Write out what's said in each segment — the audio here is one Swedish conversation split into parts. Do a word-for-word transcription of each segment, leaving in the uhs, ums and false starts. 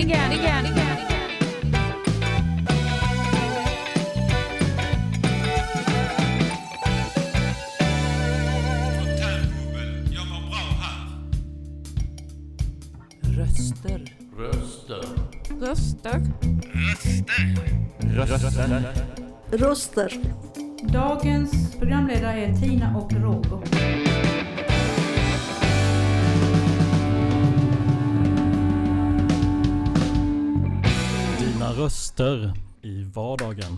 igen, igen, igen. Jag mår bra här. Röster. Röster. Röster. Röster. Röster. Röster. Dagens programledare är Tina och Roger. Dina röster i vardagen.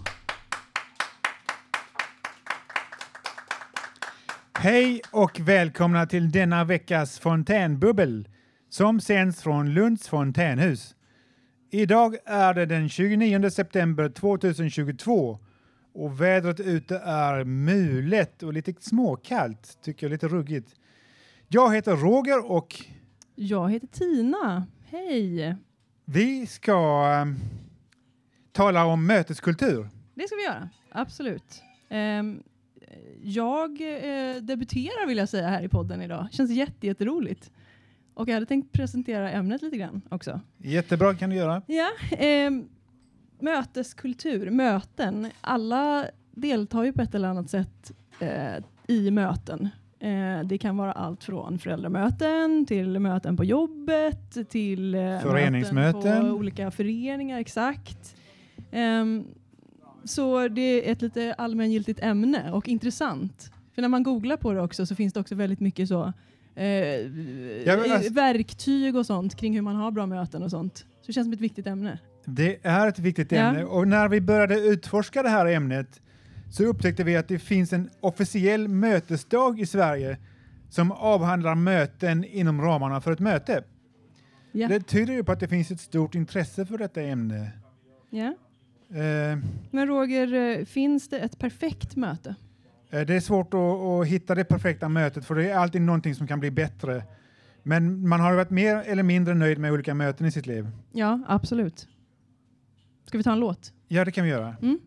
Hej och välkomna till denna veckas fontänbubbel som sänds från Lunds fontänhus. Idag är det den tjugonionde september tjugohundratjugotvå och vädret ute är mulet och lite småkallt, tycker jag, lite ruggigt. Jag heter Roger och jag heter Tina. Hej! Vi ska um, tala om möteskultur. Det ska vi göra, absolut. Um, jag uh, debuterar vill jag säga här i podden idag. Känns jätte, jätteroligt. Och jag hade tänkt presentera ämnet lite grann också. Jättebra, kan du göra. Ja, um, möteskultur, möten. Alla deltar ju på ett eller annat sätt uh, i möten. Uh, det kan vara allt från föräldramöten till möten på jobbet till uh, föreningsmöten möten på olika föreningar, exakt. Um, så det är ett lite allmängiltigt ämne och intressant. För när man googlar på det också så finns det också väldigt mycket så uh, ja, alltså, verktyg och sånt kring hur man har bra möten och sånt. Så det känns som ett viktigt ämne. Det är ett viktigt Ja. ämne och när vi började utforska det här ämnet så upptäckte vi att det finns en officiell mötesdag i Sverige som avhandlar möten inom ramarna för ett möte. Ja. Det tyder ju på att det finns ett stort intresse för detta ämne. Ja. Eh, Men Roger, finns det ett perfekt möte? det är svårt att, att hitta det perfekta mötet för det är alltid någonting som kan bli bättre. Men man har ju varit mer eller mindre nöjd med olika möten i sitt liv. Ja, absolut. Ska vi ta en låt? Ja, det kan vi göra. Mm.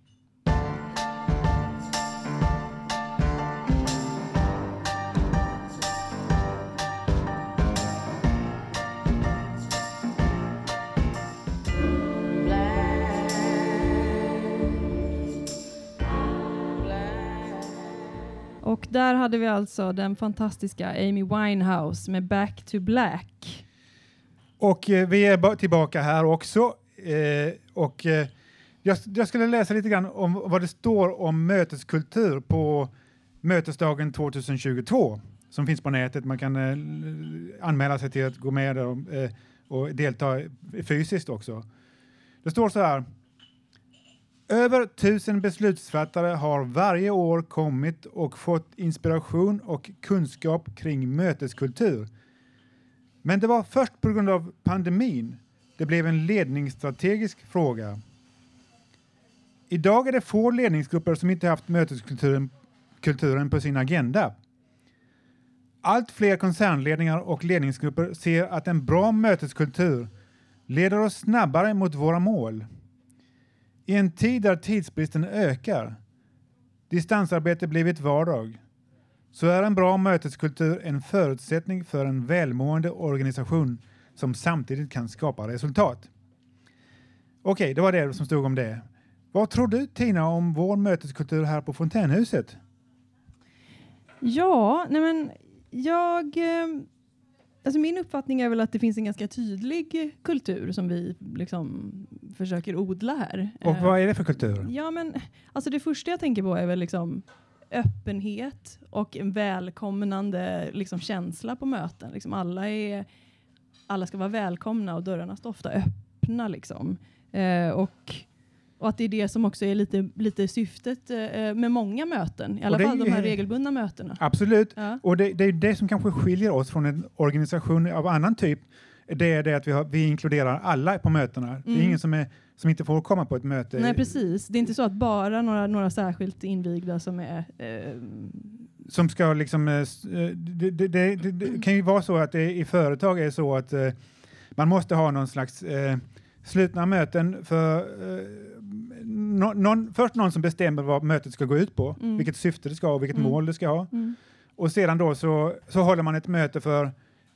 Och där hade vi alltså den fantastiska Amy Winehouse med Back to Black. Och eh, vi är ba- tillbaka här också. Eh, och eh, jag, jag skulle läsa lite grann om vad det står om möteskultur på mötesdagen tjugohundratjugotvå som finns på nätet. Man kan eh, anmäla sig till att gå med och, eh, och delta fysiskt också. Det står så här. Över tusen beslutsfattare har varje år kommit och fått inspiration och kunskap kring möteskultur. Men det var först på grund av pandemin det blev en ledningsstrategisk fråga. Idag är det få ledningsgrupper som inte haft möteskulturen kulturen på sin agenda. Allt fler koncernledningar och ledningsgrupper ser att en bra möteskultur leder oss snabbare mot våra mål. I en tid där tidsbristen ökar, distansarbete blivit vardag, så är en bra möteskultur en förutsättning för en välmående organisation som samtidigt kan skapa resultat. Okej, det var det som stod om det. Vad tror du, Tina, om vår möteskultur här på Fontänhuset? Ja, nej men jag... Eh, alltså min uppfattning är väl att det finns en ganska tydlig kultur som vi liksom försöker odla här. Och vad är det för kultur? Ja, men alltså det första jag tänker på är väl liksom öppenhet och en välkomnande liksom känsla på möten. Liksom alla, är, alla ska vara välkomna och dörrarna står ofta öppna. Liksom. Eh, och, och att det är det som också är lite, lite syftet eh, med många möten. I alla fall de här regelbundna mötena. Absolut. Ja. Och det, det är det som kanske skiljer oss från en organisation av annan typ. Det är det att vi, har, vi inkluderar alla på mötena. Mm. Det är ingen som, är, som inte får komma på ett möte. Nej, precis. Det är inte så att bara några, några särskilt invigda som är... Eh, som ska liksom... Eh, det, det, det, det kan ju vara så att det i företag är så att eh, man måste ha någon slags eh, slutna möten för... Eh, no, någon, först någon som bestämmer vad mötet ska gå ut på. Mm. Vilket syfte det ska ha och vilket mm. mål det ska ha. Mm. Och sedan då så, så håller man ett möte för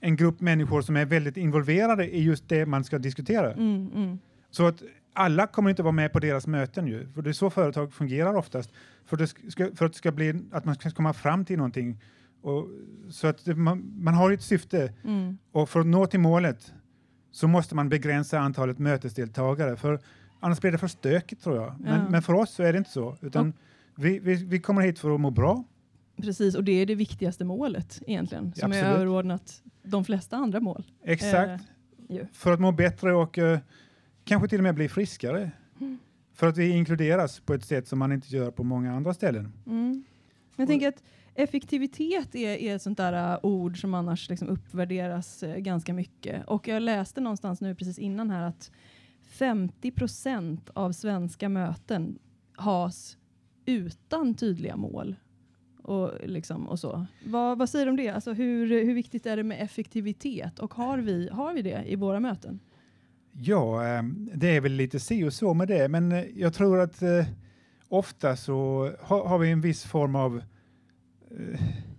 en grupp människor som är väldigt involverade i just det man ska diskutera. Mm, mm. Så att alla kommer inte vara med på deras möten ju. För det är så företag fungerar oftast. För, det ska, för att, det ska bli, att man ska komma fram till någonting. Och, så att det, man, man har ett syfte. Mm. Och för att nå till målet så måste man begränsa antalet mötesdeltagare. För annars blir det för stökigt tror jag. Men, Ja. men för oss så är det inte så. Utan vi, vi, vi kommer hit för att må bra. Precis, och det är det viktigaste målet egentligen. Som Absolut. är överordnat de flesta andra mål. Exakt. Eh, ju. För att må bättre och uh, kanske till och med bli friskare. Mm. För att vi inkluderas på ett sätt som man inte gör på många andra ställen. Mm. Jag tänker att effektivitet är, är ett sånt där uh, ord som annars liksom uppvärderas uh, ganska mycket. Och jag läste någonstans nu precis innan här att femtio procent av svenska möten has utan tydliga mål. Och, liksom, och så. Vad, vad säger du om det? Alltså hur, hur viktigt är det med effektivitet? Och har vi, har vi det i våra möten? Ja, eh, det är väl lite si och så med det. Men eh, jag tror att eh, ofta så ha, har vi en viss form av... Eh,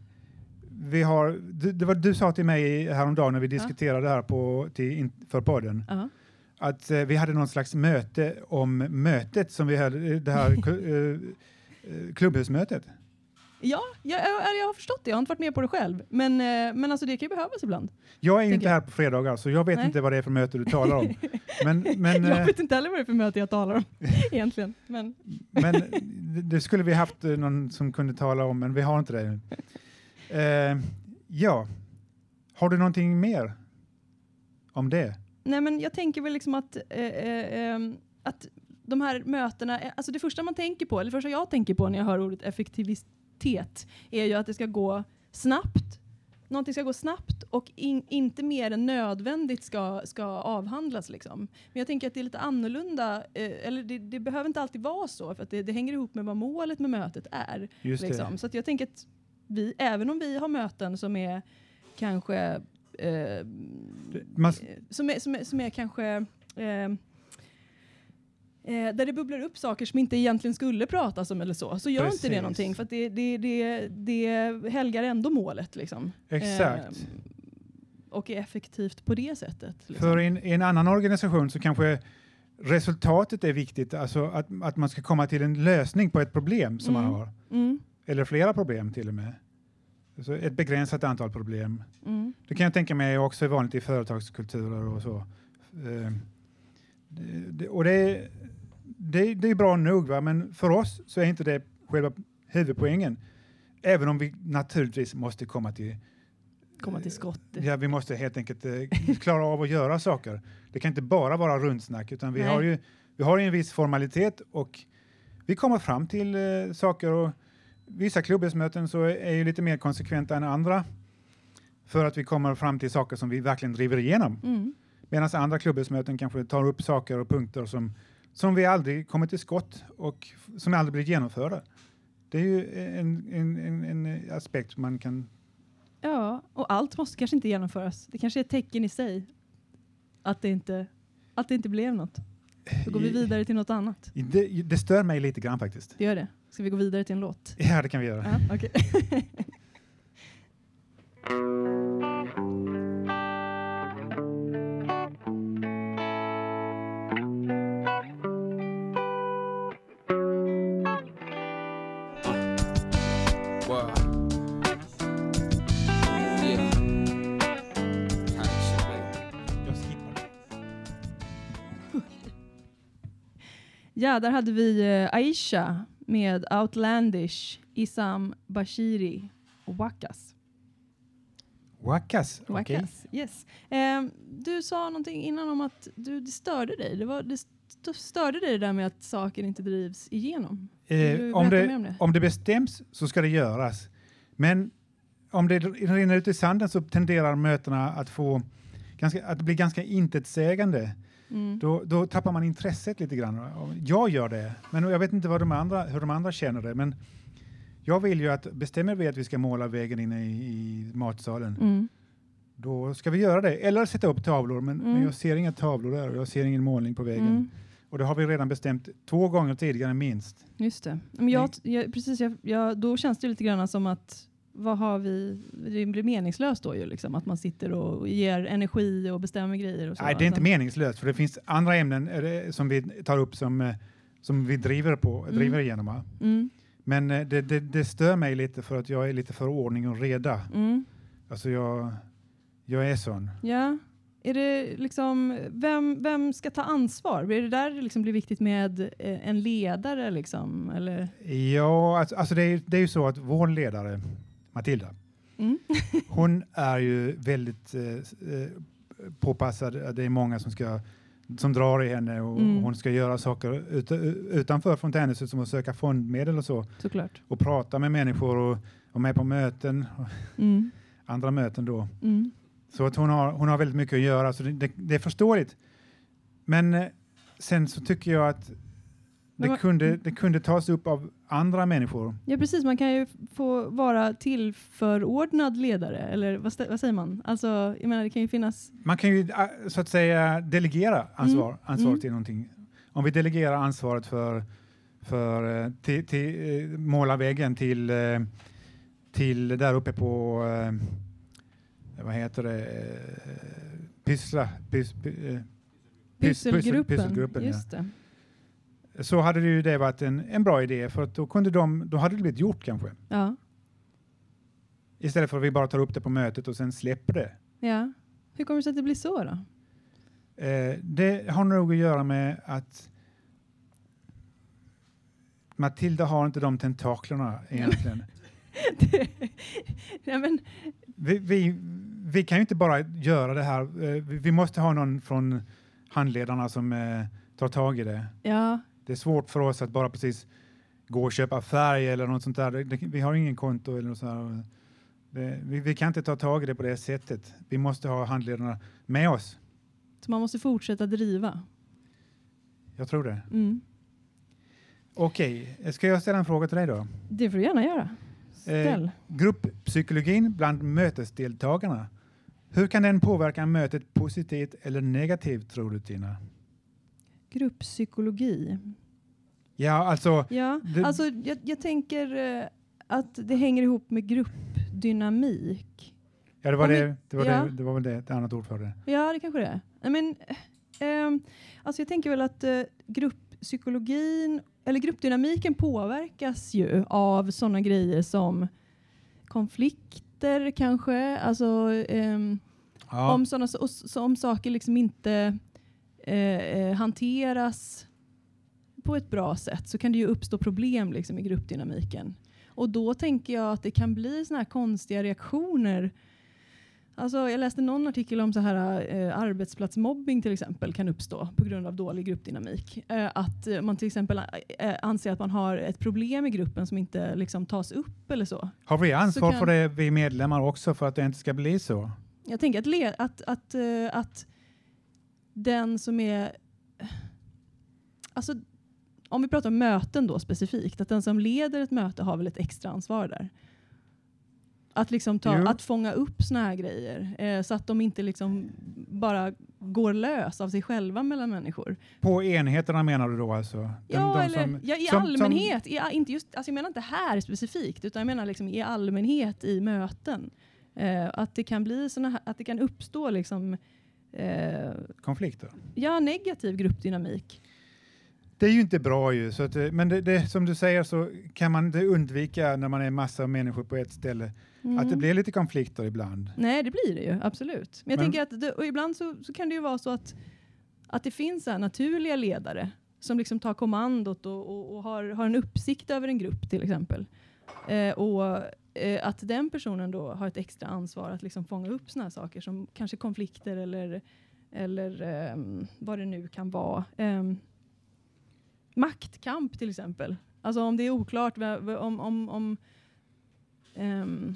vi har, det, det var du sa till mig häromdagen när vi diskuterade det här på, till, in, för podden. Uh-huh. Att eh, vi hade någon slags möte om mötet som vi hade, det här eh, klubbhusmötet. Ja, jag, jag, jag har förstått det. Jag har inte varit med på det själv. Men, eh, men alltså det kan ju behövas ibland. Jag är ju Tänker inte här på fredagar så jag vet Nej. inte vad det är för möte du talar om. Men, men, jag eh, vet inte heller vad det är för möte jag talar om egentligen. Men men det, det skulle vi haft eh, någon som kunde tala om, men vi har inte det. Eh, ja, har du någonting mer om det? nej, men jag tänker väl liksom att, eh, eh, att de här mötena, eh, alltså det första man tänker på, eller det första jag tänker på när jag hör ordet effektivitet är ju att det ska gå snabbt. Någonting ska gå snabbt och in, inte mer än nödvändigt ska, ska avhandlas. Liksom. Men jag tänker att det är lite annorlunda, eh, eller det, det behöver inte alltid vara så, för att det, det hänger ihop med vad målet med mötet är. Just Liksom. det. Så att jag tänker att vi, även om vi har möten som är kanske eh, Man, som, är, som, är, som är kanske eh, Eh, där det bubblar upp saker som inte egentligen skulle pratas om eller så. Så gör Precis. inte det någonting. För att det, det, det, det helgar ändå målet. Liksom. Exakt. Eh, och är effektivt på det sättet. Liksom. För i en, i en annan organisation så kanske resultatet är viktigt. Alltså att, att man ska komma till en lösning på ett problem som Mm. man har. Mm, Eller flera problem till och med. Så ett begränsat antal problem. mm, Det kan jag tänka mig också är vanligt i företagskulturer och så. Eh, det, det, och det är, det, det är bra nog, va? Men för oss så är inte det själva huvudpoängen. Även om vi naturligtvis måste komma till komma till skott. Ja, vi måste helt enkelt eh, klara av att göra saker. Det kan inte bara vara rundsnack, utan vi Nej. har ju vi har ju en viss formalitet och vi kommer fram till eh, saker, och vissa klubbhusmöten så är, är ju lite mer konsekventa än andra för att vi kommer fram till saker som vi verkligen driver igenom. Mm. Medan andra klubbhusmöten kanske tar upp saker och punkter som, som vi aldrig kommer till skott och f- som aldrig blir genomförda. Det är ju en, en, en, en aspekt man kan... Ja, och allt måste kanske inte genomföras. Det kanske är ett tecken i sig att det inte, att det inte blev något. Då går vi vidare till något annat. Det, det stör mig lite grann faktiskt. Det gör det. Ska vi gå vidare till en låt? Ja, det kan vi göra. Ja, okej. Wow. Yeah. Kind of shit, baby. Jag skippar det. Ja, där hade vi eh, Aisha med Outlandish, Isam Bashiri och Wakas. Wakas, okej. Wakas, yes. Eh, du sa någonting innan om att du, det störde dig. Det, var, det st- störde dig det där med att saker inte drivs igenom. Vill du Eh, om, berätta mer om det, det? om det bestäms så ska det göras. Men om det rinner ut i sanden så tenderar mötena att få ganska, att bli ganska intetsägande. Mm. Då, då tappar man intresset lite grann. Jag gör det, men jag vet inte vad de andra, hur de andra känner det. Men jag vill ju att, bestämmer vi att vi ska måla vägen inne i, i matsalen, Mm. då ska vi göra det. Eller sätta upp tavlor, men, Mm. men jag ser inga tavlor där och jag ser ingen målning på väggen. Mm. Och det har vi redan bestämt två gånger tidigare minst. Just det. Men jag, jag, precis, jag, jag, då känns det lite grann som att vad har vi, det blir meningslöst då ju liksom, att man sitter och ger energi och bestämmer grejer och så. Nej, det är inte alltså. meningslöst, för det finns andra ämnen eh, som vi tar upp som, eh, som vi driver på, Mm. driver igenom. Va? Mm. Men eh, det, det, det stör mig lite för att jag är lite för ordning och reda. Mm. Alltså jag, jag är sån. Ja, är det liksom, vem, vem ska ta ansvar? Blir det där det liksom blir viktigt med eh, en ledare liksom, eller? Ja, alltså, alltså det, är, det är ju så att vår ledare, Matilda, Mm. hon är ju väldigt eh, eh, påpassad. Det är många som ska som drar i henne och Mm. hon ska göra saker ut, utanför fontänhuset som att söka fondmedel och så. Såklart. Och prata med människor och vara med på möten, Mm. andra möten då. Mm. Så att hon har, hon har väldigt mycket att göra, så det, det, det är förståeligt. Men eh, sen så tycker jag att Men det vad- kunde, det kunde tas upp av andra människor. Ja, precis. Man kan ju få vara tillförordnad ledare, eller vad, stä- vad säger man? Alltså, jag menar, det kan ju finnas... Man kan ju äh, så att säga delegera ansvar, Mm. ansvar Mm. till någonting. Om vi delegerar ansvaret för, för eh, till, till, eh, måla väggen till, eh, till där uppe på eh, vad heter det? Eh, Pyssla. Pys, py, eh, pys- Pysselgruppen. pyssel- pysselgruppen, Just det. ja. Så hade det ju det varit en, en bra idé, för att då, kunde de, då hade det blivit gjort kanske. Ja. Istället för att vi bara tar upp det på mötet och sen släpper det. Ja. Hur kommer det sig att det blir så då? Eh, det har nog att göra med att Matilda har inte de tentaklerna egentligen. Ja, men, vi, vi, vi kan ju inte bara göra det här. Eh, vi, vi måste ha någon från handledarna som eh, tar tag i det. ja. Det är svårt för oss att bara precis gå och köpa färg eller något sånt där. Det, det, vi har ingen konto eller något sånt där. Det, vi, vi kan inte ta tag i det på det sättet. Vi måste ha handledarna med oss. Så man måste fortsätta driva. Jag tror det. Mm. Okej, ska jag ställa en fråga till dig då? Det får du gärna göra. Ställ. Eh, grupppsykologin bland mötesdeltagarna. Hur kan den påverka mötet positivt eller negativt, tror du, Tina? Grupppsykologi. Ja, alltså... Ja, Det- alltså jag, jag tänker eh, att det hänger ihop med gruppdynamik. Ja, det var, Om vi- det, det, var, ja. det, det var väl det, ett annat ord för det. Ja, det kanske det är. Nej, men, ehm, alltså jag tänker väl att eh, grupppsykologin, eller gruppdynamiken påverkas ju av sådana grejer som konflikter kanske. Alltså ehm, Ja. om, såna, och, så, om saker liksom inte eh, eh, hanteras på ett bra sätt så kan det ju uppstå problem liksom i gruppdynamiken. Och då tänker jag att det kan bli såna här konstiga reaktioner. Alltså jag läste någon artikel om så här eh, arbetsplatsmobbing till exempel kan uppstå på grund av dålig gruppdynamik. Eh, att eh, man till exempel eh, anser att man har ett problem i gruppen som inte liksom tas upp eller så. Har vi ansvar kan- för det, vi medlemmar också, för att det inte ska bli så? Jag tänker att, le- att, att, eh, att den som är... Alltså, om vi pratar om möten då specifikt, att den som leder ett möte har väl ett extra ansvar där. Att, liksom ta, Jo. att fånga upp såna här grejer eh, så att de inte liksom bara går lös av sig själva mellan människor. På enheterna menar du då alltså? De- Ja, de eller som- ja, i som- allmänhet. I, inte just, alltså jag menar inte här specifikt, utan jag menar liksom i allmänhet i möten. Eh, att det kan bli såna här, att det kan uppstå liksom, eh, Som konflikter. ja, negativ gruppdynamik. Det är ju inte bra ju, så att, eh, men det, det, som du säger så kan man det undvika när man är massa människor på ett ställe. Mm. Att det blir lite konflikter ibland. Nej, det blir det ju, absolut. Men jag Men- tänker att det, och ibland så, så kan det ju vara så att, att det finns så här naturliga ledare som liksom tar kommandot och, och, och har, har en uppsikt över en grupp till exempel. Eh, och eh, att den personen då har ett extra ansvar att liksom fånga upp såna här saker som kanske konflikter eller, eller ehm, vad det nu kan vara. Ehm, maktkamp till exempel. Alltså om det är oklart v- v- om... om, om ehm,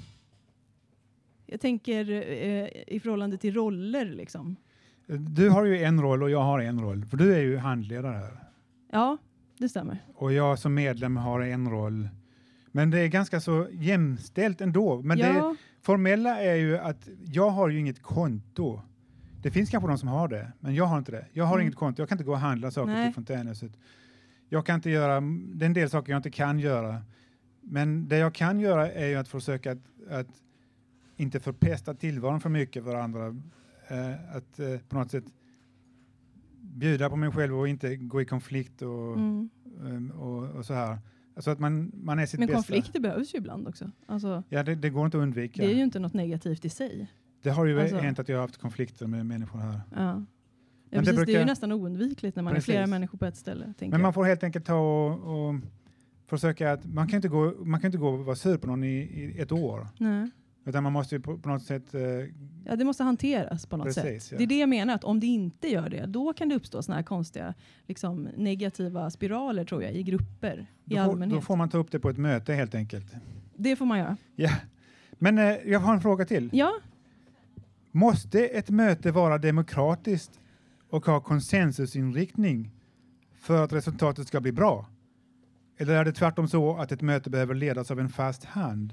jag tänker eh, i förhållande till roller liksom. Du har ju en roll och jag har en roll, för du är ju handledare här. Ja, det stämmer. Och jag som medlem har en roll. Men det är ganska så jämställt ändå. Men det Ja, formella är ju att jag har ju inget konto. Det finns kanske de som har det, men jag har inte det. Jag har Mm. inget konto. Jag kan inte gå och handla saker Nej. till fontänhuset. Jag kan inte göra, det är en del saker jag inte kan göra. Men det jag kan göra är ju att försöka att, att inte förpesta tillvaron för mycket för andra. Eh, att eh, på något sätt bjuda på mig själv och inte gå i konflikt och, Mm. um, och, och så här. Alltså att man, man är sitt Men bästa. konflikter behövs ju ibland också. Alltså, Ja, det, det går inte att undvika. det är ju inte något negativt i sig. Det har ju alltså- hänt att jag har haft konflikter med människor här. Ja. Ja, det precis, det, brukar- är ju nästan oundvikligt när man Precis. är flera människor på ett ställe. tänker Men man jag. får helt enkelt ta och, och försöka att man kan inte gå, man kan inte gå och vara sur på någon i, i ett år. Nej. Utan man måste ju på, på något sätt... Eh, Ja, det måste hanteras på något Precis, sätt. ja. Det är det jag menar, att om det inte gör det, då kan det uppstå såna här konstiga liksom, negativa spiraler tror jag, i grupper i då, får, allmänhet. då får man ta upp det på ett möte helt enkelt. Det får man göra. Ja. Men eh, jag har en fråga till. Ja, Måste ett möte vara demokratiskt och ha konsensusinriktning för att resultatet ska bli bra? Eller är det tvärtom så att ett möte behöver ledas av en fast hand?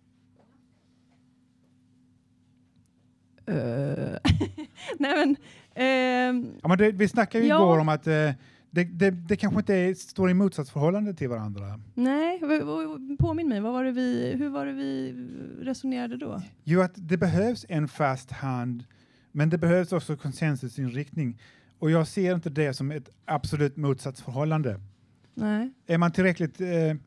Uh, nej men... ehm, Ja, men det, vi snackade ju Ja. igår om att eh, det, det, det kanske inte är, står i motsatsförhållande till varandra. nej, v- v- påminn mig, vad var det vi, hur var det vi resonerade då? Jo, att det behövs en fast hand, men det behövs också konsensusinriktning. Och jag ser inte det som ett absolut motsatsförhållande. Nej. Är man tillräckligt eh, eh,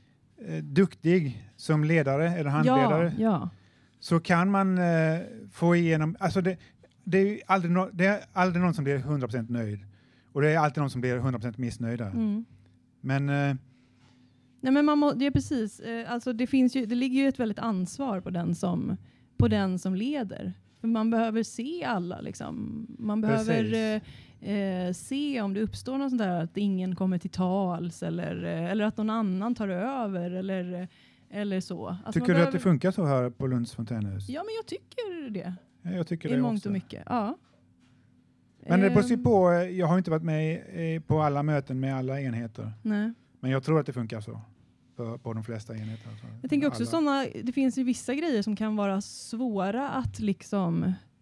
duktig som ledare eller handledare Ja, ja. så kan man eh, få igenom... Alltså det, det, är ju aldrig no, det är aldrig någon som blir hundra procent nöjd. Och det är alltid någon som blir hundra procent missnöjda. Mm. Men eh, Nej, men man må, det är precis, eh, alltså det finns ju, det ligger ju ett väldigt ansvar på den som, på den som leder. För man behöver se alla liksom. Man behöver eh, eh, se om det uppstår något sånt där att ingen kommer till tals eller, eh, eller att någon annan tar över eller, eh, eller så. Alltså tycker man du behöver, att det funkar så här på Lunds fontänhus? Ja, men jag tycker det. Ja, jag tycker I det mångt också. och mycket, ja. Men det beror ju Ehm, på, eh, jag har inte varit med eh, på alla möten med alla enheter. Nej. Men jag tror att det funkar så. På, på de flesta enheter. Så. Jag tänker också alla. sådana, det finns ju vissa grejer som kan vara svåra att liksom,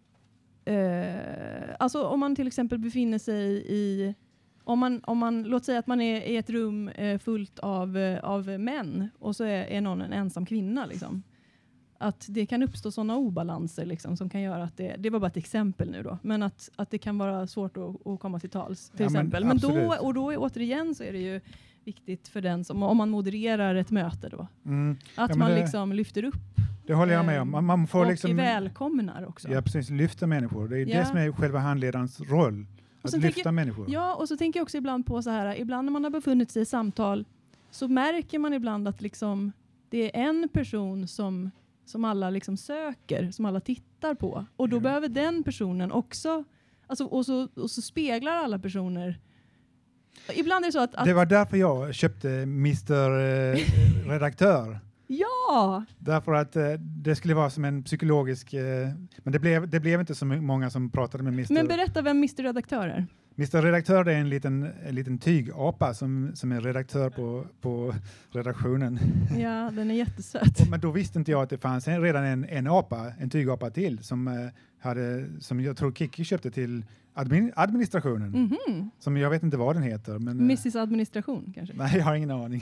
eh, alltså om man till exempel befinner sig i, om man, om man låt säga att man är i ett rum eh, fullt av, eh, av män och så är, är någon en ensam kvinna liksom. Att det kan uppstå sådana obalanser liksom, som kan göra att det, det var bara ett exempel nu då, men att, att det kan vara svårt att, att komma till tals till Ja, men exempel. Men, då, absolut. och då är, återigen så är det ju viktigt för den som, om man modererar ett möte då, Mm, att Ja, men man det- liksom lyfter upp det håller jag med om. Man, man får och liksom... välkomnar också. Ja, precis. Lyfta människor. Det är Ja. det som är själva handledarens roll. Att sen lyfta tänker- människor. Ja, och så tänker jag också ibland på så här, ibland när man har befunnit sig i samtal så märker man ibland att liksom, det är en person som, som alla liksom söker, som alla tittar på. Och då Ja. behöver den personen också, alltså, och, så, och så speglar alla personer. Ibland är det så att, att Det var därför jag köpte mister eh, Redaktör. ja, Därför att eh, det skulle vara som en psykologisk... Eh, men det blev, det blev inte så många som pratade med mister men berätta vem mister Redaktör är. mister Redaktör är en liten, en liten tygapa som, som är redaktör på, på redaktionen. Ja, den är jättesöt. Och, men då visste inte jag att det fanns en, redan en, en apa, en tygapa till som, eh, hade, som jag tror Kiki köpte till admin, administrationen. Mhm. Som jag vet inte vad den heter. Men, eh, missus Administration kanske. nej, jag har ingen aning.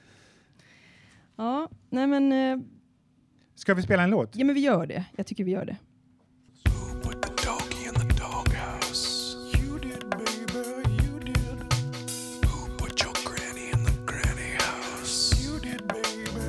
Ja, nej men, eh, Ska vi spela en låt? ja, men vi gör det. Jag tycker vi gör det. Put the doggy in the doghouse. You did, baby, you did. Who put your granny in the granny house? You did, baby.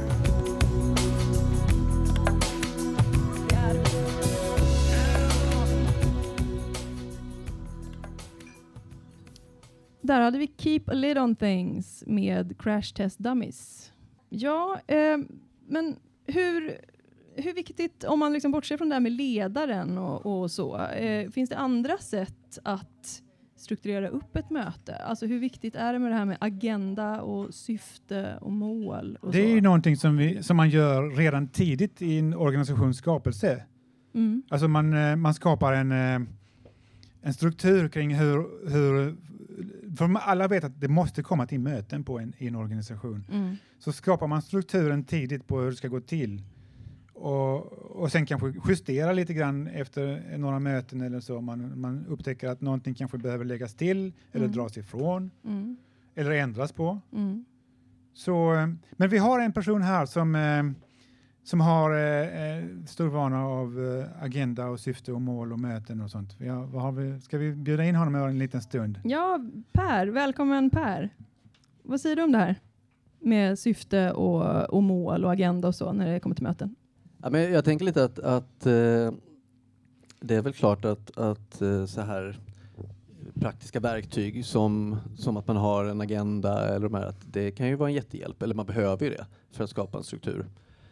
Där hade vi Keep a Lid on Things med Crash Test Dummies. Ja, eh, men hur, hur viktigt, om man liksom bortser från det här med ledaren och, och så, eh, finns det andra sätt att strukturera upp ett möte? Alltså hur viktigt är det med det här med agenda och syfte och mål? Och Det är så? ju någonting som, vi, som man gör redan tidigt i en organisations skapelse. Mm. Alltså man, eh, man skapar en, eh, en struktur kring hur, hur... För man- alla vet att det måste komma till möten på en, i en organisation. Mm. Så skapar man strukturen tidigt på hur det ska gå till. Och, och sen kanske justera lite grann efter några möten eller så. Man, man upptäcker att någonting kanske behöver läggas till eller Mm. dras ifrån Mm. eller ändras på. Mm. Så, eh, men vi har en person här som, eh, som har eh, stor vana av eh, agenda och syfte och mål och möten och sånt. Vi har, vad har vi, ska vi bjuda in honom en liten stund? Ja, Per. Välkommen Per. Vad säger du om det här? Med syfte och, och mål och agenda och så när det kommer till möten. Ja, men jag tänker lite att, att eh, det är väl klart att, att eh, så här praktiska verktyg som, som att man har en agenda eller de här, att det kan ju vara en jättehjälp, eller man behöver ju det för att skapa en struktur.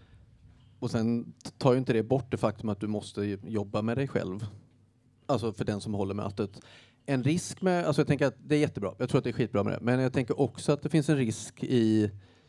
Och sen tar ju inte det bort det faktum att du måste jobba med dig själv. Alltså för den som håller mötet. En risk med, alltså jag tänker att det är jättebra, jag tror att det är skitbra med det, men jag tänker också att det finns en risk i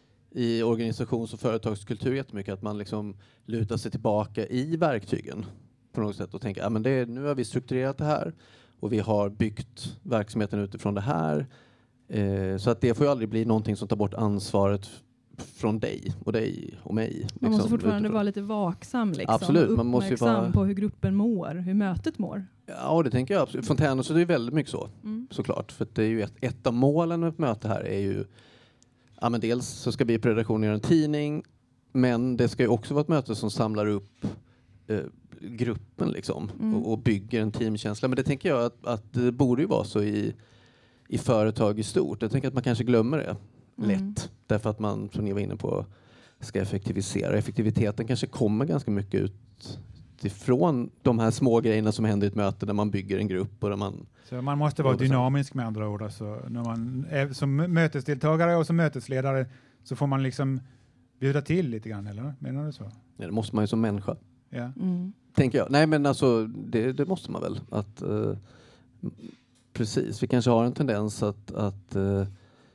i organisations- och företagskultur jättemycket att man liksom lutar sig tillbaka i verktygen på något sätt och tänker ja, men det, nu har vi strukturerat det här och vi har byggt verksamheten utifrån det här. Eh, så att det får ju aldrig bli någonting som tar bort ansvaret från dig och dig och mig. Liksom, Man måste fortfarande utifrån. vara lite vaksam. Liksom. Absolut, man måste ju uppmärksam vara- på hur gruppen mår, hur mötet mår. Ja, det tänker jag absolut. Fontänhuset så är det väldigt mycket så, Mm. såklart. För att det är ju ett, ett av målen med ett möte här är ju ja, men dels så ska vi på redaktionen göra en tidning, men det ska ju också vara ett möte som samlar upp eh, gruppen liksom, Mm. och, och bygger en teamkänsla. Men det tänker jag att, att det borde ju vara så i, i företag i stort. Jag tänker att man kanske glömmer det Mm. lätt. Därför att man, som ni var inne på, ska effektivisera. Effektiviteten kanske kommer ganska mycket ut ifrån de här små grejerna som händer i ett möte där man bygger en grupp och där man... Så man måste vara dynamisk med andra ord. Alltså, när man är som mötesdeltagare och som mötesledare så får man liksom bjuda till lite grann, eller? Menar du så? Ja, det måste man ju som människa. Ja. Mm. Tänker jag. Nej, men alltså det, det måste man väl. Att, eh, precis, vi kanske har en tendens att, att eh,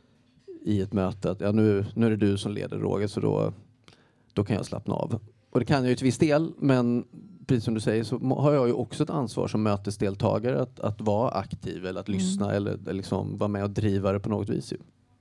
i ett möte att ja, nu, nu är det du som leder, Roger, så då, då kan jag slappna av. Och det kan jag ju till viss del, men precis som du säger så må- har jag ju också ett ansvar som mötesdeltagare att, att vara aktiv eller att Mm. lyssna eller, eller liksom vara med och driva det på något vis. Ju.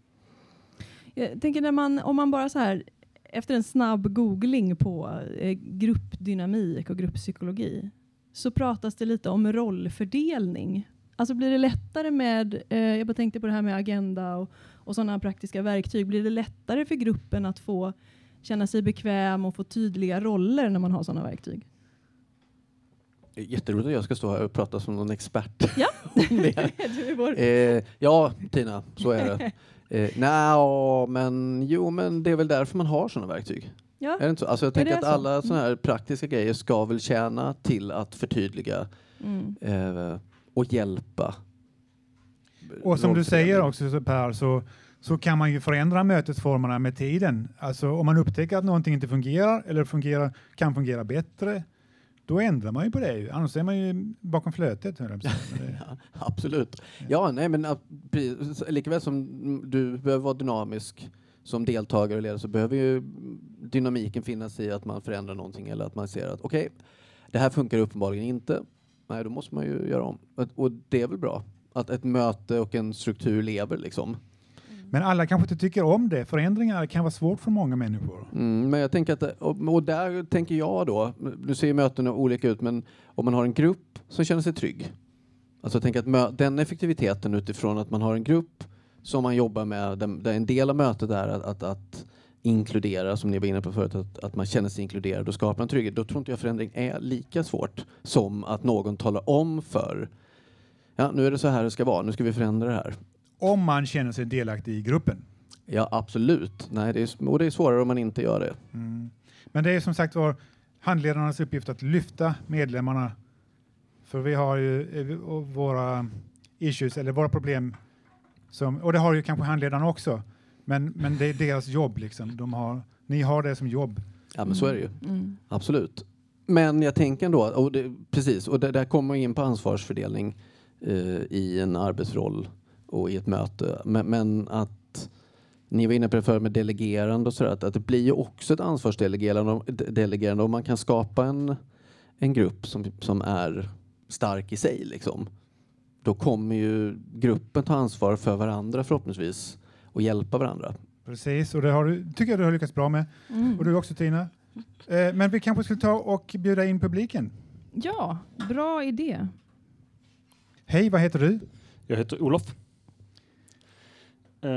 Jag tänker när man, om man bara så här efter en snabb googling på eh, gruppdynamik och grupppsykologi så pratas det lite om rollfördelning. Alltså blir det lättare med, eh, jag bara tänkte på det här med agenda och, och sådana praktiska verktyg, blir det lättare för gruppen att få känna sig bekväm och få tydliga roller när man har sådana verktyg? Det är jätteroligt att jag ska stå här och prata som någon expert. Ja, om det. du är vår... Eh, ja, Tina, så är det. Eh, Nej, men jo, men det är väl därför man har sådana verktyg. Ja. Är det inte så? Alltså jag Ja, tänker det att är så. alla sådana här praktiska grejer ska väl tjäna till att förtydliga Mm. eh, och hjälpa. Och som du rollfördelning. säger också så Per, så, så kan man ju förändra mötesformerna med tiden. Alltså om man upptäcker att någonting inte fungerar eller fungerar, kan fungera bättre, då ändrar man ju på det. Annars är man ju bakom flötet. höll jag på att säga. Men det- Ja, absolut. Ja, nej, men att, precis, likaväl som du behöver vara dynamisk som deltagare och ledare så behöver ju dynamiken finnas i att man förändrar någonting eller att man ser att okej, det här funkar uppenbarligen inte. Nej, då måste man ju göra om. Och- Och det är väl bra att ett möte och en struktur lever liksom. Men alla kanske inte tycker om det. Förändringar kan vara svårt för många människor. Mm, men jag tänker att, och, och där tänker jag då, nu ser ju mötena olika ut, men om man har en grupp som känner sig trygg. Alltså jag tänker att mö, den effektiviteten utifrån att man har en grupp som man jobbar med, där, där en del av mötet är att, att, att inkludera, som ni var inne på förut, att, att man känner sig inkluderad och skapar en trygghet. Då tror inte jag förändring är lika svårt som att någon talar om för, ja, nu är det så här det ska vara, nu ska vi förändra det här. Om man känner sig delaktig i gruppen. Ja, absolut. Nej, det är, och det är svårare om man inte gör det. Mm. Men det är som sagt var handledarnas uppgift att lyfta medlemmarna. För vi har ju eh, och våra issues eller våra problem. Som, och det har ju kanske handledarna också. Men, men det är deras jobb liksom. De har, ni har det som jobb. Ja, men så är det ju. Mm. Absolut. Men jag tänker ändå, och det, precis, och det, där kommer man in på ansvarsfördelning eh, i en arbetsroll och i ett möte. Men, men att ni var inne på det förr med delegerande och sådär, att, att det blir ju också ett ansvarsdelegerande de- delegerande om man kan skapa en, en grupp som, som är stark i sig liksom. Då kommer ju gruppen ta ansvar för varandra förhoppningsvis och hjälpa varandra. Precis, och det har du, tycker jag du har lyckats bra med. Mm. Och du också Tina. Eh, men vi kanske skulle ta och bjuda in publiken. Ja, bra idé. Hej, vad heter du? Jag heter Olof. Eh,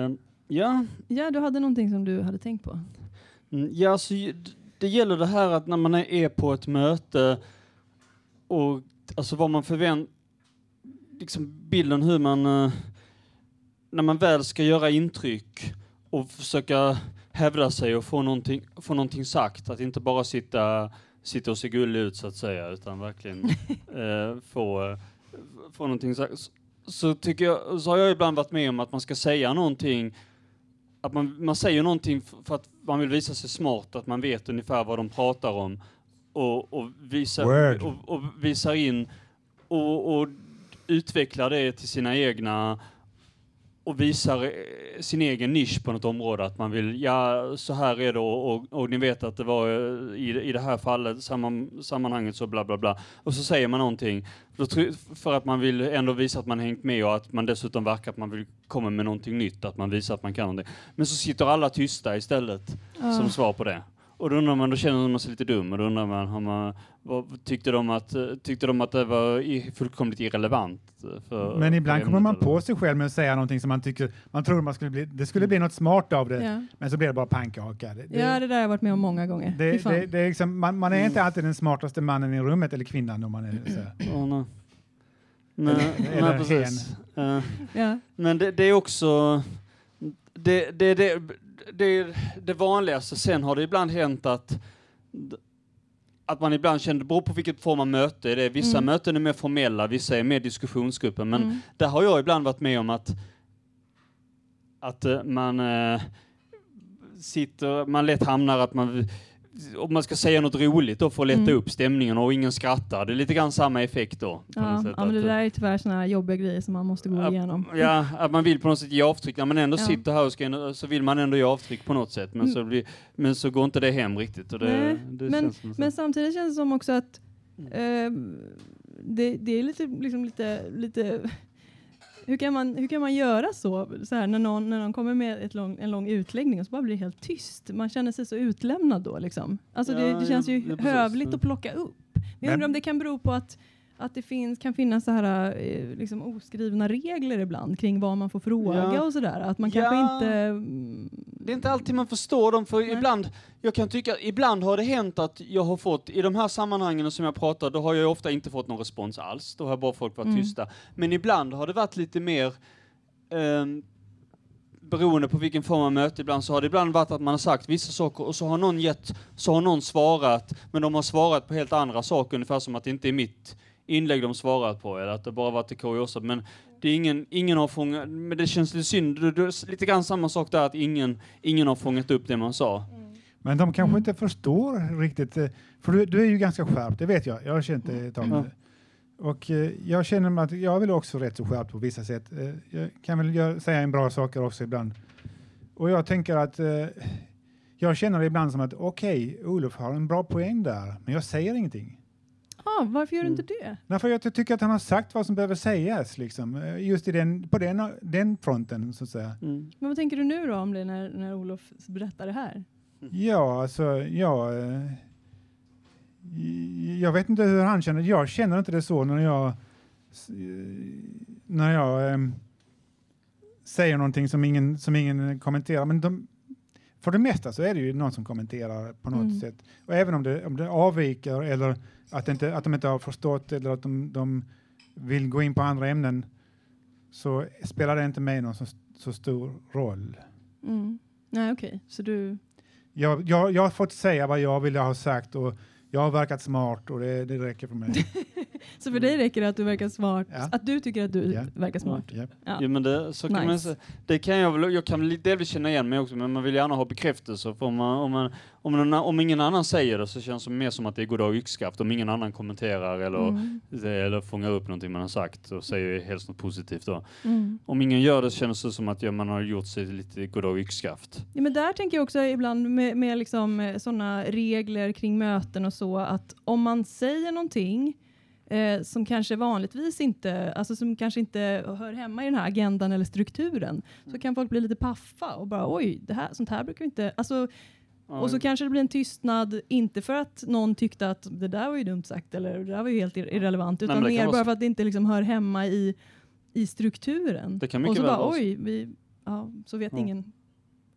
Ja, Ja, du hade någonting som du hade tänkt på. mm, ja alltså, ju- d- det gäller det här att när man är- är på ett möte och alltså vad man förväntar, liksom bilden hur man, eh, när man väl ska göra intryck och försöka hävda sig och få någonting, få någonting sagt, att inte bara sitta, sitta och se gullig ut så att säga, utan verkligen eh, få, eh, få någonting sagt. Så, så tycker jag, så har jag ibland varit med om att man ska säga någonting, att man, man säger någonting f- för att man vill visa sig smart, att man vet ungefär vad de pratar om och, och, visar, Word. och, och visar in och, och utvecklar det till sina egna och visar eh, sin egen nisch på något område, att man vill, ja så här är det och, och, och ni vet att det var eh, i, i det här fallet, samman, sammanhanget så bla bla bla, och så säger man någonting då, tr- för att man vill ändå visa att man hängt med och att man dessutom verkar att man vill komma med någonting nytt, att man visar att man kan någonting. Men så sitter alla tysta istället Ja. som svar på det. Och då undrar man, då känner man sig lite dum och då undrar man, har man vad, tyckte, de att, eh, tyckte de att det var i, fullkomligt irrelevant? För, Men ibland för kommer man ämnet, eller? på sig själv med att säga någonting som man tycker, man tror man skulle bli, det skulle bli något smart av det, Ja. men så blir det bara pannkaka. Det, Ja, det där har jag varit med om många gånger. Fy det, fan. det, det är liksom, man, man är inte alltid den smartaste mannen i rummet eller kvinnan om man är så här. Ja, nej. Men, Eller nej, precis. Eh, Ja. men det, det är också det, det, det, det är det vanligaste. Sen har det ibland hänt att att man ibland känner, det beror på vilket form av möte det är. Vissa Mm. möten är mer formella, vissa är mer diskussionsgrupper. Men Mm. där har jag ibland varit med om att att eh, man eh, sitter, man lätt hamnar att man, om man ska säga något roligt då för att lätta Mm. upp stämningen och ingen skrattar. Det är lite grann samma effekt då. på Ja, något sätt, ja, men det att, där är tyvärr såna här jobbiga grejer som man måste gå Ja, igenom. Ja, att man vill på något sätt ge avtryck. När man ändå Ja. sitter här och ska, så vill man ändå ge avtryck på något sätt. Men, Mm. så, blir, men så går inte det hem riktigt. Och det, Nej, det men, känns som så. men samtidigt känns det som också att Mm. eh, det, det är lite, liksom lite, lite hur kan man, hur kan man göra så, så här, när, någon, när någon kommer med ett lång, en lång utläggning och så bara blir det helt tyst. Man känner sig så utlämnad då. Liksom. Alltså det, Ja, det känns ja, ju ja, precis. hövligt Ja. att plocka upp. Men jag Men- undrar om det kan bero på att att det finns, kan finnas så här, eh, liksom oskrivna regler ibland kring vad man får fråga Ja. och sådär. Att man Ja. kanske inte... mm, Det är inte alltid man förstår dem, för Nej. ibland, jag kan tycka, ibland har det hänt att jag har fått, i de här sammanhangen som jag pratar, då har jag ofta inte fått någon respons alls. Då har bara folk varit Mm. tysta. Men ibland har det varit lite mer, ehm, beroende på vilken form av möte, ibland så har det ibland varit att man har sagt vissa saker och så har någon gett, så har någon svarat, men de har svarat på helt andra saker, ungefär som att det inte är mitt inlägg de svarat på, eller att det bara varit kuriosa. Men det är ingen, ingen har fångat, men det känns lite synd, det, det är lite grann samma sak där, att ingen, ingen har fångat upp det man sa. Men de kanske Mm. inte förstår riktigt, eh, för du, du är ju ganska skärpt, det vet jag. Jag har känt det ett tag. Ja. Och eh, jag känner mig att jag vill också rätt så skärpt på vissa sätt. Eh, jag kan väl göra, säga en bra saker också ibland. Och jag tänker att eh, jag känner det ibland som att okej, okay, Olof har en bra poäng där, men jag säger ingenting. Ah, varför gör du Mm. inte det? Därför jag tycker att han har sagt vad som behöver sägas, liksom. Eh, just i den, på den, den fronten, så att säga. Mm. Men vad tänker du nu då om det när, när Olof berättar det här? Ja, alltså, ja, eh, jag vet inte hur han känner. Jag känner inte det så när jag s- eh, när jag eh, säger någonting som ingen, som ingen kommenterar. Men de, för det mesta så är det ju någon som kommenterar på något Mm. sätt. Och även om det, om det avviker eller att, det inte, att de inte har förstått eller att de, de vill gå in på andra ämnen, så spelar det inte mig någon så, så stor roll. Mm. Nej, okej. Så du... Jag, jag, jag har fått säga vad jag ville ha sagt och jag har verkat smart och det, det räcker för mig. Så för dig räcker det att du verkar smart? Ja. Att du tycker att du Ja. verkar smart? Ja. Ja. Jo, men det, så kan man Nice. säga. Det kan jag väl, jag kan väl delvis känna igen mig också, men man vill gärna ha bekräftelse. För om, man, om, man, om, någon, om ingen annan säger det så känns det mer som att det är goddag yxskaft. Om ingen annan kommenterar eller, Mm. eller fångar upp någonting man har sagt och säger helst något positivt då. Mm. Om ingen gör det känns det som att ja, man har gjort sig lite goddag yxskaft. Ja, men där tänker jag också ibland med, med liksom sådana regler kring möten och så, att om man säger någonting eh, som kanske vanligtvis inte, alltså som kanske inte hör hemma i den här agendan eller strukturen, så kan folk bli lite paffa och bara oj, det här, sånt här brukar vi inte, alltså, och så kanske det blir en tystnad, inte för att någon tyckte att det där var ju dumt sagt eller det där var ju helt ir- irrelevant, utan men det kan mer vara bara så. för att det inte liksom hör hemma i, i strukturen. Det kan Och mycket så väl bara vara så. oj, vi, ja, så vet Ja. ingen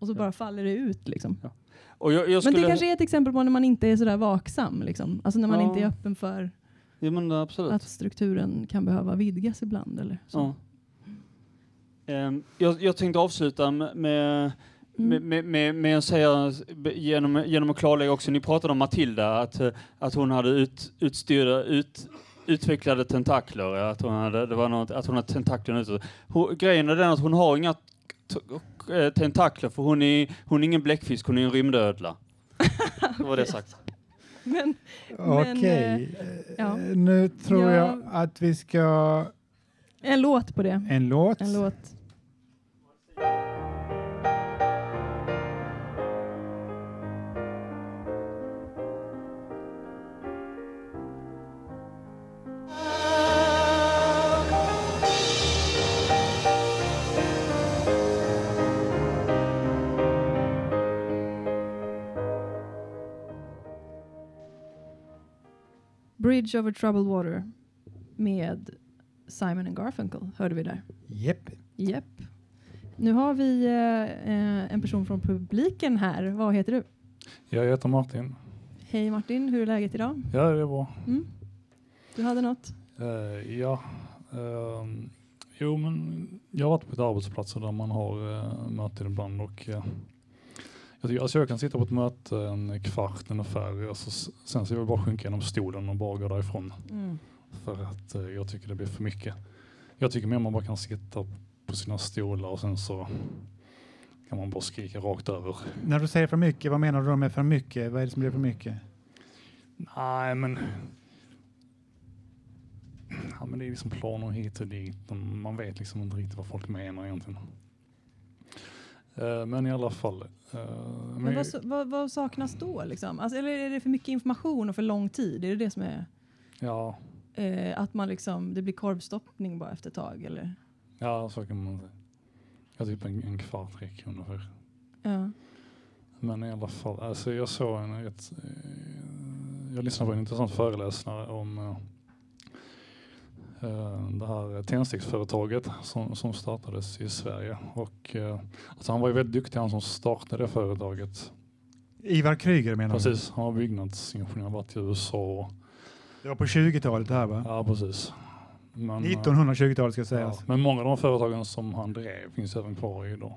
Och så bara faller det ut liksom. Ja. Och jag, jag Men skulle... det kanske är ett exempel på när man inte är sådär vaksam. Liksom. Alltså när man Ja. inte är öppen för Ja, men absolut. att strukturen kan behöva vidgas ibland. Eller så. Ja. Um, jag, jag tänkte avsluta med, med, Mm. med, med, med, med att säga, genom, genom att klarlägga också, ni pratade om Matilda, att, att hon hade ut, utstyrda, ut, utvecklade tentakler, att hon hade, det var något, att hon hade tentakler ute. Hon, grejen är den att hon har inga t- äh, tentakler, för hon är, hon är ingen bläckfisk, hon är en rymdödla. Det var det sagt. Men, Okej, eh, ja. nu tror Ja. jag att vi ska... en låt på det. En låt. En låt. Bridge over troubled water med Simon and Garfunkel hörde vi där. Jepp. Japp. Nu har vi eh, en person från publiken här. Vad heter du? Jag heter Martin. Hej Martin, hur är läget idag? Ja, det är bra. Mm. Du hade något? Uh, ja. Uh, jo, men jag har varit på ett arbetsplats där man har uh, möten ibland och uh, jag, tycker, alltså jag kan sitta på ett möte en kvart ungefär. Alltså, s- sen så jag vill bara sjunka genom stolen och bara gå därifrån. Mm. För att uh, jag tycker det blir för mycket. Jag tycker mer man bara kan sitta på sina stolar och sen så kan man bara skrika rakt över. När du säger för mycket, vad menar du då med för mycket? Vad är det som blir för mycket? Nej, men... Ja, men det är liksom planer hit och dit. Man vet liksom inte riktigt vad folk menar egentligen. Uh, men i alla fall... Uh, Men men vad, så- vad, vad saknas då? Liksom? Alltså, eller är det för mycket information och för lång tid? Är det det som är... ja, Eh, att man liksom, det blir korvstoppning bara efter ett tag? Eller? ja, så kan man säga. Jag typ en, en kvart räcker ungefär. Ja. Men i alla fall, alltså jag såg en... Ett, uh, jag lyssnade på en intressant föreläsare om... Uh, Uh, det här tändsticksföretaget som, som startades i Sverige. Och, uh, alltså han var ju väldigt duktig, han som startade det företaget. Ivar Kryger menar du? Precis, han var byggnadsingenjör, varit i U S A. Och, Det var på tjugotalet det här va? ja, precis. Men, nittonhundratjugotalet ska uh, ja, sägas. men många av de företagen som han drev finns även kvar idag.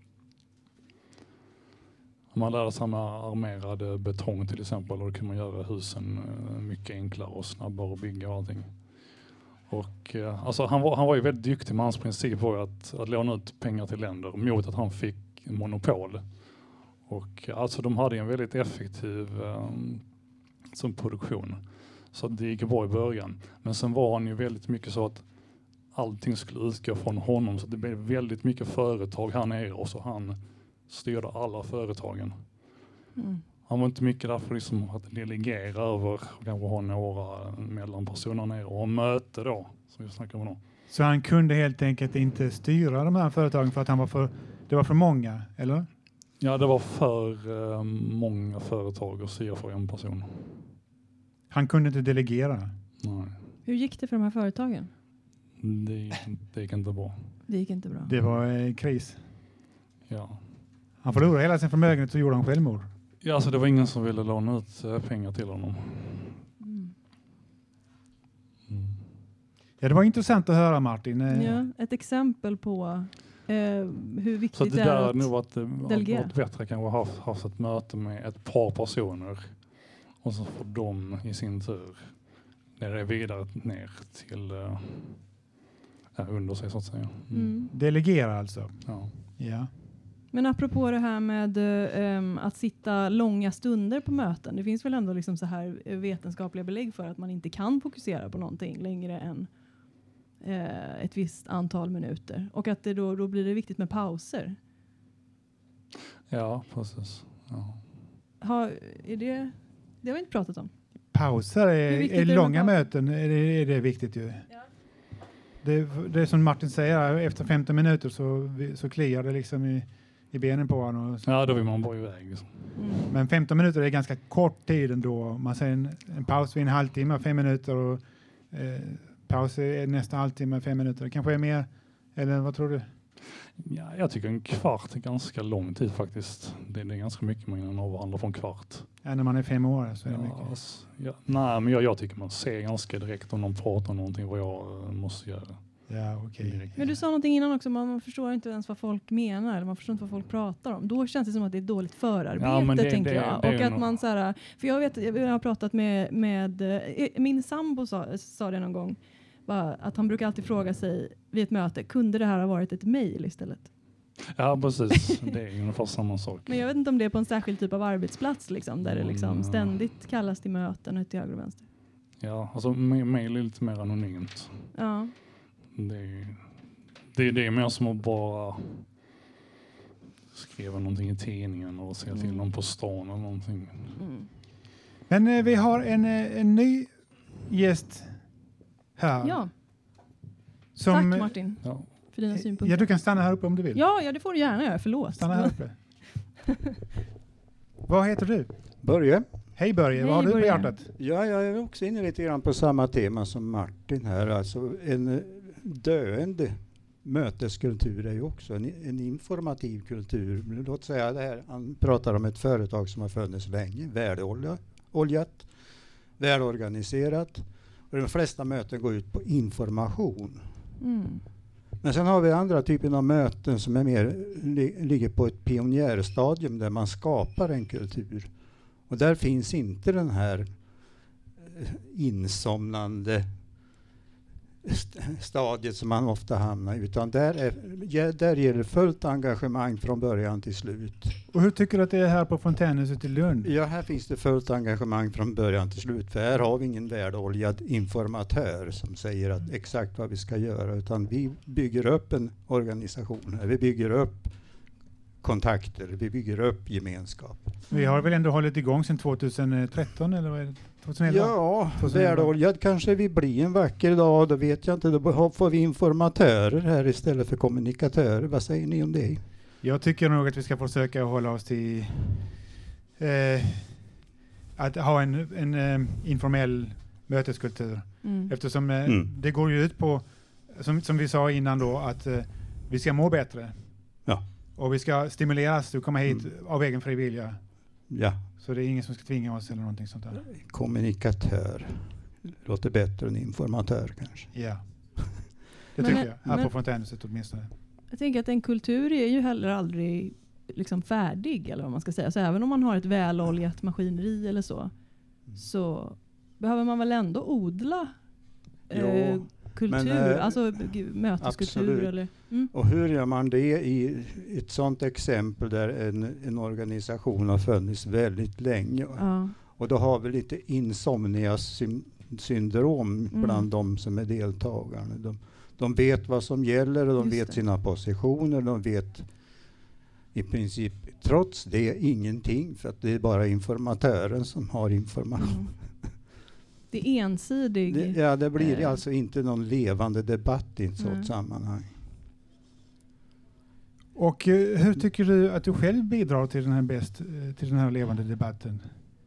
Man lärde sig med armerad betong till exempel, och då kan man göra husen uh, mycket enklare och snabbare att bygga och allting. Och, eh, alltså han, var, han var ju väldigt duktig, med hans princip var att, att låna ut pengar till länder mot att han fick monopol. Och alltså de hade en väldigt effektiv eh, som produktion. Så det gick bra i början. Men sen var han ju väldigt mycket så att allting skulle utgå från honom. Så det blev väldigt mycket företag här nere och så han styrde alla företagen. Mm. Han var inte mycket där för liksom att delegera över och kanske ha några mellanpersoner ner och möte då, som vi snackade om då. Så han kunde helt enkelt inte styra de här företagen för att han var för, det var för många, eller? Ja, det var för eh, många företag att styra för en person. Han kunde inte delegera. Nej, Hur gick det för de här företagen? det gick, det gick inte bra. Det gick inte bra. Det var eh, kris. Ja. Han förlorade hela sin förmögenhet så gjorde han självmord. Ja, alltså det var ingen som ville låna ut eh, pengar till honom. Mm. Mm. Ja, det var intressant att höra Martin. Eh, Ja, ett exempel på eh, hur viktigt Så det det är där att... hade nog varit, eh, delegera. varit bättre kanske haft, haft ett möte med ett par personer och så får de i sin tur när det är vidare ner till eh, ja, under sig så att säga. Mm. Mm. Delegera alltså. Ja. Ja. Men apropå det här med um, att sitta långa stunder på möten. Det finns väl ändå liksom så här vetenskapliga belägg för att man inte kan fokusera på någonting längre än uh, ett visst antal minuter. Och att det då, då blir det viktigt med pauser. Ja, precis. Ja. Har, är det, det har vi inte pratat om. Pauser Hur är, viktigt är är det långa med möten. Är det, är det viktigt ju. Det, det är som Martin säger, efter femton minuter så, så kliar det liksom i, i benen på honom. Och så. Ja, då vill man bara iväg. Liksom. Mm. Men femton minuter är ganska kort tid ändå. Man säger en, en paus vid en halvtimme, fem minuter och eh, paus är nästan halvtimme, fem minuter. Det kanske är mer, eller vad tror du? Ja, jag tycker en kvart är ganska lång tid faktiskt. Det, det är ganska mycket man kan avhandla från kvart. Ja, när man är fem år så är det Ja, mycket. alltså, ja, nej, men jag, jag tycker man ser ganska direkt om de pratar om någonting vad jag eh, måste göra. Ja, okej. Direkt. Men du sa någonting innan också, man, man förstår inte ens vad folk menar, eller man förstår inte vad folk pratar om. Då känns det som att det är dåligt förarbete, Ja, men det- tänker det- jag. det är Och att nog- man så här, för jag vet, jag har pratat med, med eh, min sambo sa, sa det någon gång, bara, att han brukar alltid fråga sig vid ett möte, kunde det här ha varit ett mejl istället? Ja, precis. Det är ungefär samma sak. Men jag vet inte om det är på en särskild typ av arbetsplats, liksom, där det liksom Mm. ständigt kallas till möten till höger och vänster. Ja, alltså ma- mail är lite mer anonymt. Ja. Det är, det, det är mer som att bara skriva någonting i tidningen och säga till Mm. någon på stan eller någonting. Mm. Men eh, vi har en, eh, en ny gäst här. Ja, som, tack Martin Ja. för dina eh, synpunkter. Ja, du kan stanna här uppe om du vill. Ja, ja, det får du gärna göra, förlåt. Stanna här uppe. Vad heter du? Börje. Hej Börje, Hej, vad har du på Börje. hjärtat? Ja, jag är också inne lite grann på samma tema som Martin här. Alltså en eh, döende möteskultur är ju också en, en informativ kultur. Låt säga det här, han pratar om ett företag som har funnits länge, väloljat, välorganiserat. Och de flesta möten går ut på information. Mm. Men sen har vi andra typer av möten som är mer, li, ligger på ett pionjärstadium där man skapar en kultur. Och där finns inte den här eh, insomnande st- stadiet som man ofta hamnar i, utan där, är, ja, där gäller fullt engagemang från början till slut. Och hur tycker du att det är här på Fontänhuset i Lund? Ja, här finns det fullt engagemang från början till slut, för här har vi ingen väloljad informatör som säger att exakt vad vi ska göra, utan vi bygger upp en organisation här. Vi bygger upp kontakter, vi bygger upp gemenskap. Vi har väl ändå hållit igång sedan tjugohundratretton eller vad är det? tjugohundraelva? Ja, tjugohundraelva. väloljad kanske vi blir en vacker dag, då vet jag inte. Då får vi informatörer här istället för kommunikatörer. Vad säger ni om det? Jag tycker nog att vi ska försöka hålla oss till eh, att ha en, en eh, informell möteskultur. Mm. Eftersom eh, Mm. det går ju ut på, som, som vi sa innan då, att eh, vi ska må bättre. Ja. Och vi ska stimuleras att komma hit Mm. av egen fri vilja. Ja, Så det är ingen som ska tvinga oss eller någonting sånt där. kommunikatör. Låter bättre än informatör kanske. Ja. Det Men- tycker jag. Här men- på Fontänhuset åtminstone. Jag tänker att en kultur är ju heller aldrig liksom färdig, eller vad man ska säga. Så även om man har ett väloljat maskineri eller så, så behöver man väl ändå odla eh, Jo, kultur, men, eh, alltså g- möteskultur. absolut. Eller, mm. Och hur gör man det i ett sådant exempel där en, en organisation har funnits väldigt länge? Ja. Och då har vi lite insomnia-syndrom Mm. bland de som är deltagarna. De, de vet vad som gäller och de Just vet det. sina positioner. De vet i princip trots det ingenting, för att det är bara informatören som har information. Mm. Det är ensidig. Det, ja, det blir eh, alltså inte någon levande debatt i ett sådant Nej. sammanhang. Och eh, hur tycker du att du själv bidrar till den här bäst, eh, till den här levande debatten?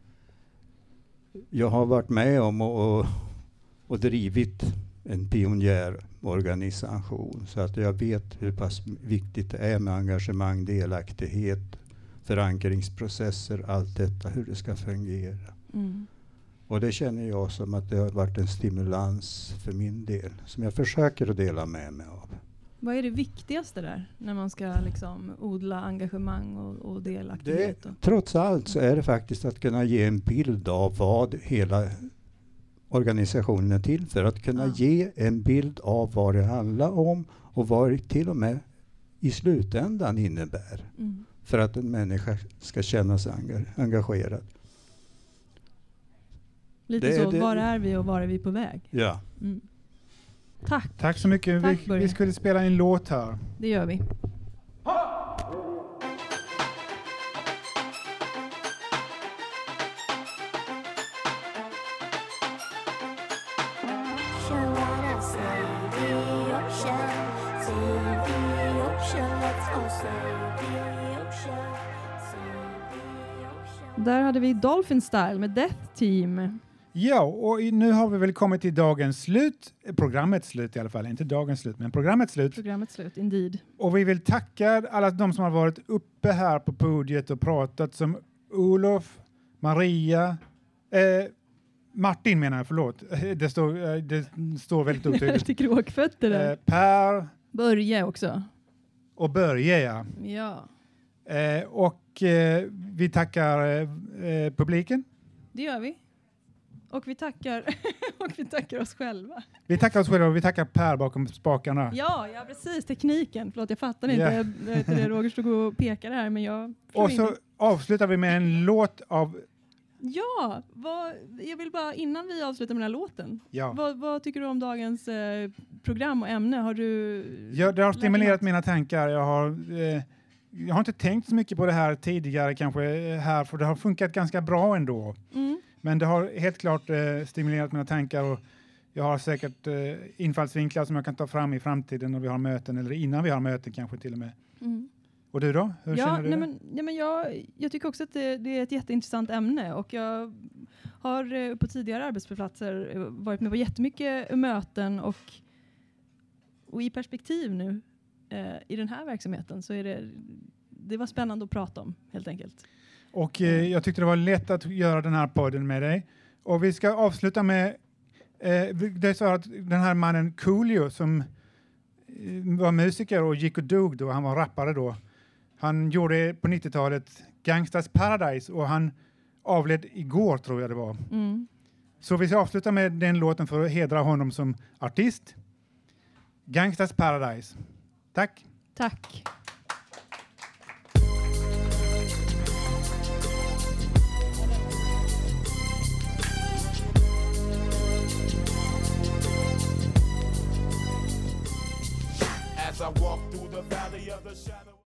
Jag har varit med om och, och, och drivit en pionjärorganisation, så att jag vet hur pass viktigt det är med engagemang, delaktighet, förankringsprocesser, allt detta, hur det ska fungera. Mm. Och det känner jag som att det har varit en stimulans för min del, som jag försöker att dela med mig av. Vad är det viktigaste där, när man ska liksom odla engagemang och, och Det, delaktighet? Och, trots allt så är det faktiskt att kunna ge en bild av vad hela organisationen är till för. Att kunna Ja. ge en bild av vad det handlar om och vad det till och med i slutändan innebär. mm. För att en människa ska känna sig enga- engagerad. Lite Det- så, det- var är vi och var är vi på väg? Ja. Mm. Tack, Tack så mycket. Tack, vi, Börje. vi skulle spela en låt här. det gör vi. Där hade vi Dolphin Style med Death Team. Ja, och i- nu har vi väl kommit till dagens slut. Programmets slut i alla fall. Inte dagens slut, men programmets slut. Programmet slut, indeed. Och vi vill tacka alla de som har varit uppe här på podiet och pratat, som Olof, Maria, eh, Martin menar jag, förlåt. Det står, eh, det står väldigt otydligt. Lite kråkfötter där. Eh, Per Börje också. och Börje, ja. Ja, Eh, och eh, vi tackar eh, eh, publiken. det gör vi. Och vi tackar, och vi tackar oss själva. Vi tackar oss själva och vi tackar Per bakom spakarna. Ja, ja precis. Tekniken. Förlåt, jag fattar Ja. inte. Jag vet inte, Roger stod och pekade här, men jag... Och så avslutar vi med en låt av... Ja, vad, jag vill bara innan vi avslutar med den här låten. Ja. Vad, vad tycker du om dagens eh, program och ämne? Har du... Ja, det har lärt stimulerat dig något? mina tankar. Jag har, eh, jag har inte tänkt så mycket på det här tidigare kanske eh, här, för det har funkat ganska bra ändå. Mm. Men det har helt klart eh, stimulerat mina tankar och jag har säkert eh, infallsvinklar som jag kan ta fram i framtiden när vi har möten eller innan vi har möten kanske till och med. Mm. Och du då? Hur Ja, känner du? nej men, nej men jag, jag tycker också att det, det är ett jätteintressant ämne och jag har eh, på tidigare arbetsplatser eh, varit med på jättemycket möten och, och i perspektiv nu eh, i den här verksamheten så är det, det var spännande att prata om helt enkelt. Och eh, jag tyckte det var lätt att göra den här podden med dig. Och vi ska avsluta med eh, det är så att den här mannen Coolio som eh, var musiker och gick och dog då, han var rappare då. Han gjorde på nittiotalet Gangsters Paradise och han avled igår tror jag det var. Mm. Så vi ska avsluta med den låten för att hedra honom som artist. Gangsters Paradise. Tack. Tack. As I walk through the valley of the shadow.